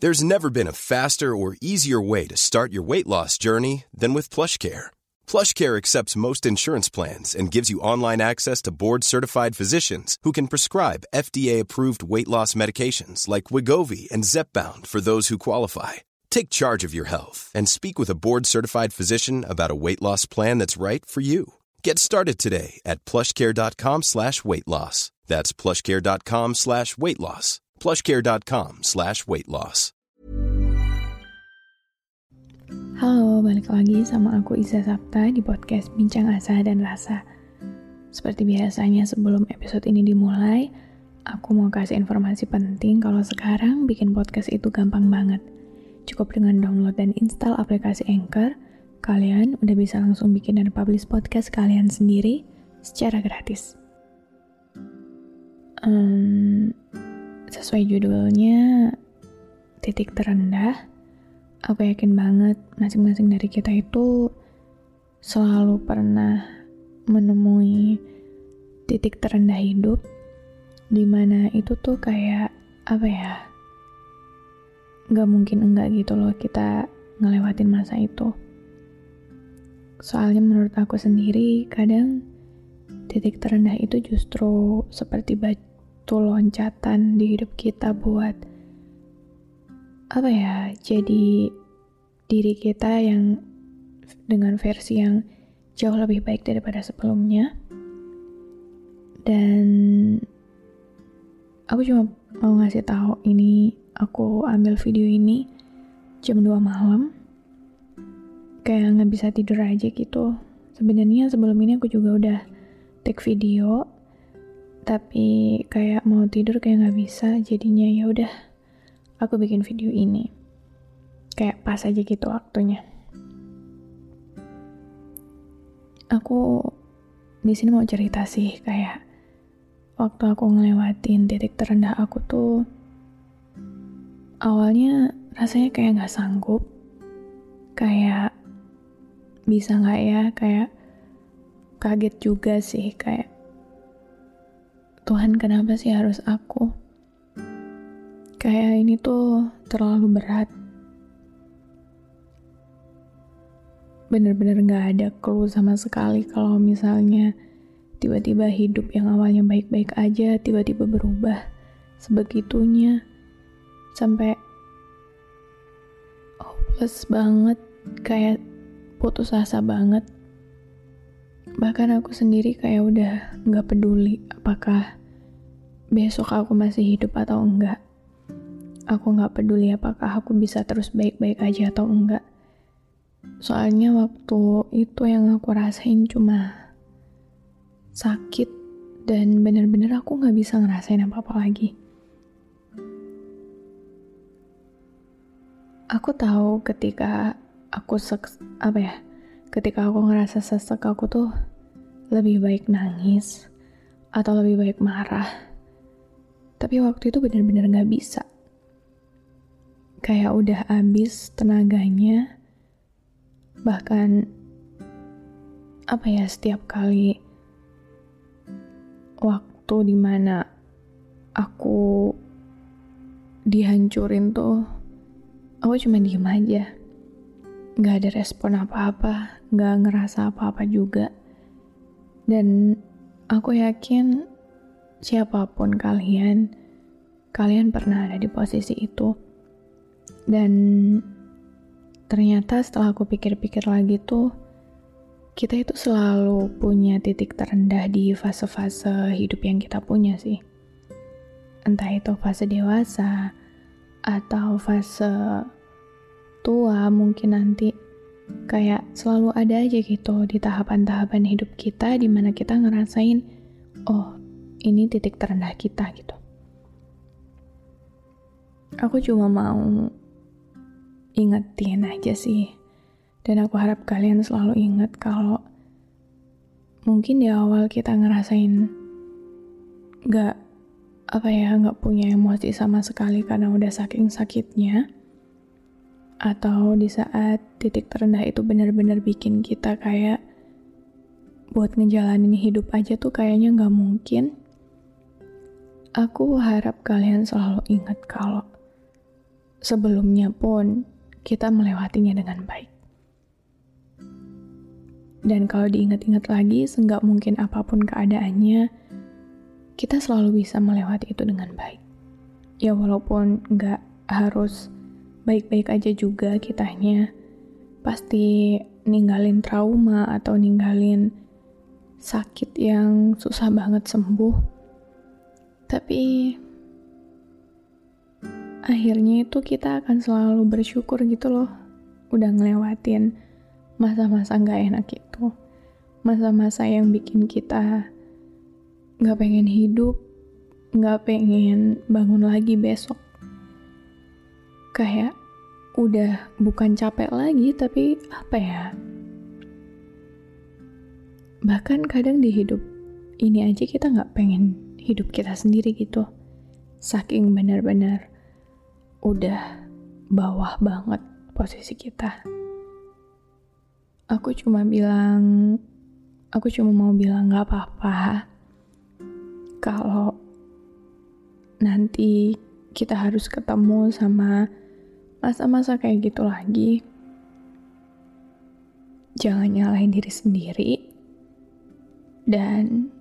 There's never been a faster or easier way to start your weight loss journey than with PlushCare. PlushCare accepts most insurance plans and gives you online access to board-certified physicians who can prescribe FDA-approved weight loss medications like Wegovy and Zepbound for those who qualify. Take charge of your health and speak with a board-certified physician about a weight loss plan that's right for you. Get started today at plushcare.com/weightloss. That's plushcare.com/weightloss. plushcare.com/weightloss. Halo, balik lagi sama aku Iza Sapta di podcast Bincang Asa dan Rasa. Seperti biasanya sebelum episode ini dimulai, aku mau kasih informasi penting kalau sekarang bikin podcast itu gampang banget. Cukup dengan download dan install aplikasi Anchor, kalian udah bisa langsung bikin dan publish podcast kalian sendiri secara gratis. Sesuai judulnya, titik terendah, aku yakin banget masing-masing dari kita itu selalu pernah menemui titik terendah hidup, dimana itu tuh kayak, gak mungkin enggak gitu loh kita ngelewatin masa itu. Soalnya menurut aku sendiri, kadang titik terendah itu justru seperti batu loncatan di hidup kita buat jadi diri kita yang dengan versi yang jauh lebih baik daripada sebelumnya. Dan aku cuma mau ngasih tahu, ini aku ambil video ini jam 2 malam, kayak nggak bisa tidur aja gitu. Sebenarnya sebelum ini aku juga udah take video, tapi kayak mau tidur kayak nggak bisa, jadinya ya udah aku bikin video ini. Kayak pas aja gitu waktunya. Aku di sini mau cerita sih, kayak waktu aku ngelewatin titik terendah aku tuh, awalnya rasanya kayak nggak sanggup, kayak bisa nggak ya, kayak kaget juga sih, kayak Tuhan kenapa sih harus aku? Kayak ini tuh terlalu berat. Bener-bener gak ada clue sama sekali kalau misalnya tiba-tiba hidup yang awalnya baik-baik aja tiba-tiba berubah sebegitunya. Sampai hopeless banget, kayak putus asa banget. Bahkan aku sendiri kayak udah gak peduli apakah besok aku masih hidup atau enggak. Aku gak peduli apakah aku bisa terus baik-baik aja atau enggak. Soalnya waktu itu yang aku rasain cuma sakit, dan bener-bener aku gak bisa ngerasain apa-apa lagi. Aku tahu ketika aku ketika aku ngerasa sesek, aku tuh lebih baik nangis atau lebih baik marah. Tapi waktu itu benar-benar gak bisa. Kayak udah habis tenaganya. Bahkan setiap kali waktu dimana aku dihancurin tuh, aku cuma diem aja. Gak ada respon apa-apa, gak ngerasa apa-apa juga. Dan aku yakin siapapun kalian pernah ada di posisi itu. Dan ternyata setelah aku pikir-pikir lagi tuh, kita itu selalu punya titik terendah di fase-fase hidup yang kita punya sih. Entah itu fase dewasa atau fase tua mungkin nanti. Kayak selalu ada aja gitu di tahapan-tahapan hidup kita di mana kita ngerasain, oh ini titik terendah kita gitu. Aku cuma mau ingetin aja sih, dan aku harap kalian selalu ingat kalau mungkin di awal kita ngerasain gak punya emosi sama sekali karena udah saking sakitnya, atau di saat titik terendah itu benar-benar bikin kita kayak buat ngejalanin hidup aja tuh kayaknya gak mungkin. Aku harap kalian selalu ingat kalau sebelumnya pun kita melewatinya dengan baik. Dan kalau diingat-ingat lagi, seenggak mungkin apapun keadaannya, kita selalu bisa melewati itu dengan baik. Ya walaupun nggak harus baik-baik aja juga kitanya, pasti ninggalin trauma atau ninggalin sakit yang susah banget sembuh. Tapi akhirnya itu kita akan selalu bersyukur gitu loh, udah ngelewatin masa-masa gak enak itu. Masa-masa yang bikin kita gak pengen hidup, gak pengen bangun lagi besok. Kayak udah bukan capek lagi, tapi apa ya, bahkan kadang di hidup ini aja kita gak pengen hidup kita sendiri gitu. Saking benar-benar udah bawah banget posisi kita. Aku cuma mau bilang gak apa-apa kalau nanti kita harus ketemu sama masa-masa kayak gitu lagi. Jangan nyalahin diri sendiri. Dan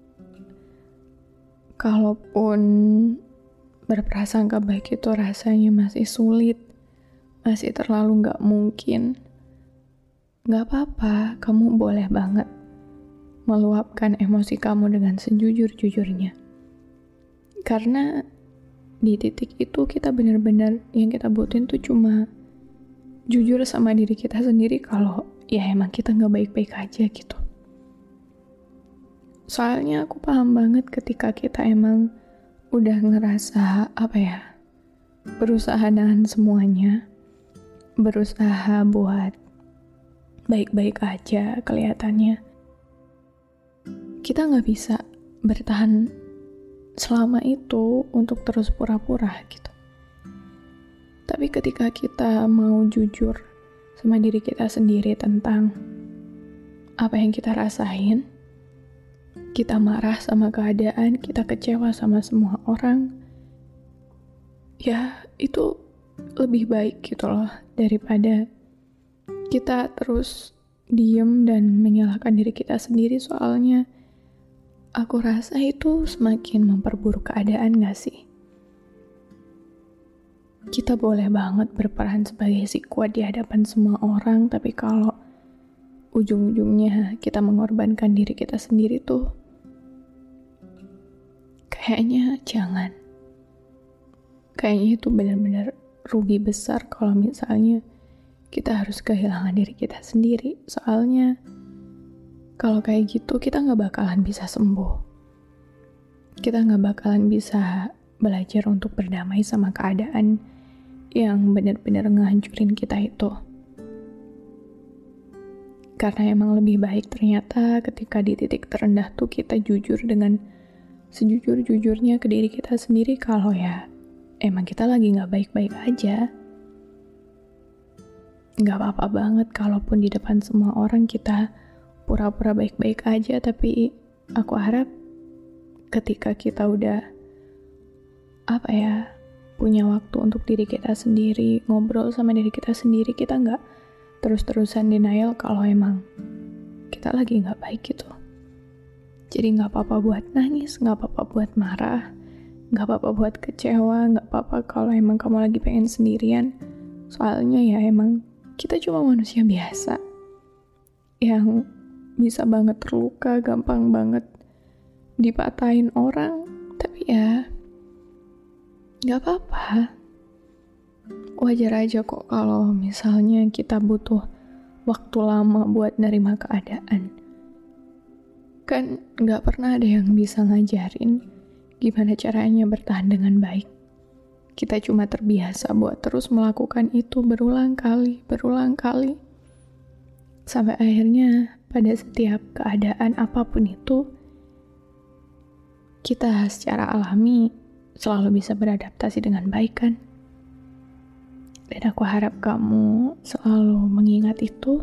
kalaupun berprasangka baik itu rasanya masih sulit, masih terlalu gak mungkin, gak apa-apa, kamu boleh banget meluapkan emosi kamu dengan sejujur-jujurnya. Karena di titik itu kita benar-benar yang kita butuhin tuh cuma jujur sama diri kita sendiri kalau ya emang kita gak baik-baik aja gitu. Soalnya aku paham banget ketika kita emang udah ngerasa berusaha nahan semuanya, berusaha buat baik-baik aja kelihatannya, kita gak bisa bertahan selama itu untuk terus pura-pura gitu. Tapi ketika kita mau jujur sama diri kita sendiri tentang apa yang kita rasain, kita marah sama keadaan, kita kecewa sama semua orang, ya itu lebih baik gitu loh daripada kita terus diem dan menyalahkan diri kita sendiri. Soalnya aku rasa itu semakin memperburuk keadaan gak sih? Kita boleh banget berperan sebagai si kuat di hadapan semua orang, tapi kalau ujung-ujungnya kita mengorbankan diri kita sendiri tuh kayaknya jangan. Kayaknya itu benar-benar rugi besar kalau misalnya kita harus kehilangan diri kita sendiri. Soalnya kalau kayak gitu kita gak bakalan bisa sembuh. Kita gak bakalan bisa belajar untuk berdamai sama keadaan yang benar-benar ngehancurin kita itu. Karena emang lebih baik ternyata ketika di titik terendah tuh kita jujur dengan sejujur-jujurnya ke diri kita sendiri kalau ya emang kita lagi gak baik-baik aja. Gak apa-apa banget kalaupun di depan semua orang kita pura-pura baik-baik aja, tapi aku harap ketika kita udah punya waktu untuk diri kita sendiri, ngobrol sama diri kita sendiri, kita gak terus-terusan denial kalau emang kita lagi gak baik gitu. Jadi gak apa-apa buat nangis, gak apa-apa buat marah, gak apa-apa buat kecewa, gak apa-apa kalau emang kamu lagi pengen sendirian. Soalnya ya emang kita cuma manusia biasa yang bisa banget terluka, gampang banget dipatahin orang. Tapi ya gak apa-apa. Wajar aja kok kalau misalnya kita butuh waktu lama buat nerima keadaan. Kan gak pernah ada yang bisa ngajarin gimana caranya bertahan dengan baik. Kita cuma terbiasa buat terus melakukan itu berulang kali. Sampai akhirnya pada setiap keadaan apapun itu, kita secara alami selalu bisa beradaptasi dengan baik kan. Dan aku harap kamu selalu mengingat itu.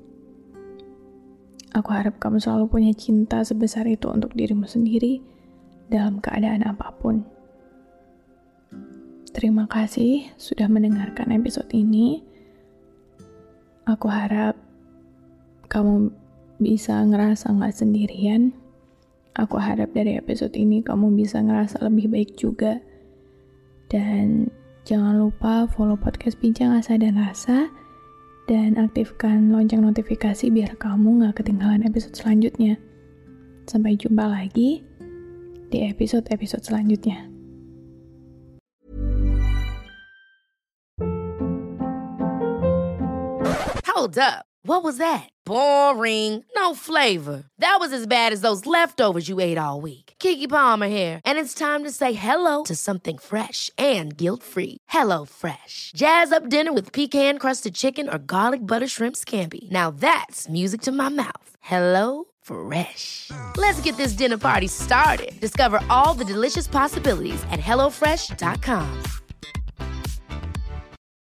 Aku harap kamu selalu punya cinta sebesar itu untuk dirimu sendiri dalam keadaan apapun. Terima kasih sudah mendengarkan episode ini. Aku harap kamu bisa ngerasa gak sendirian. Aku harap dari episode ini kamu bisa ngerasa lebih baik juga. Dan jangan lupa follow podcast Bincang Asa dan Rasa. Dan aktifkan lonceng notifikasi biar kamu gak ketinggalan episode selanjutnya. Sampai jumpa lagi di episode-episode selanjutnya. Hold up. What was that? Boring. No flavor. That was as bad as those leftovers you ate all week. Keke Palmer here, and it's time to say hello to something fresh and guilt-free. Hello Fresh. Jazz up dinner with pecan-crusted chicken or garlic butter shrimp scampi. Now that's music to my mouth. Hello Fresh. Let's get this dinner party started. Discover all the delicious possibilities at HelloFresh.com.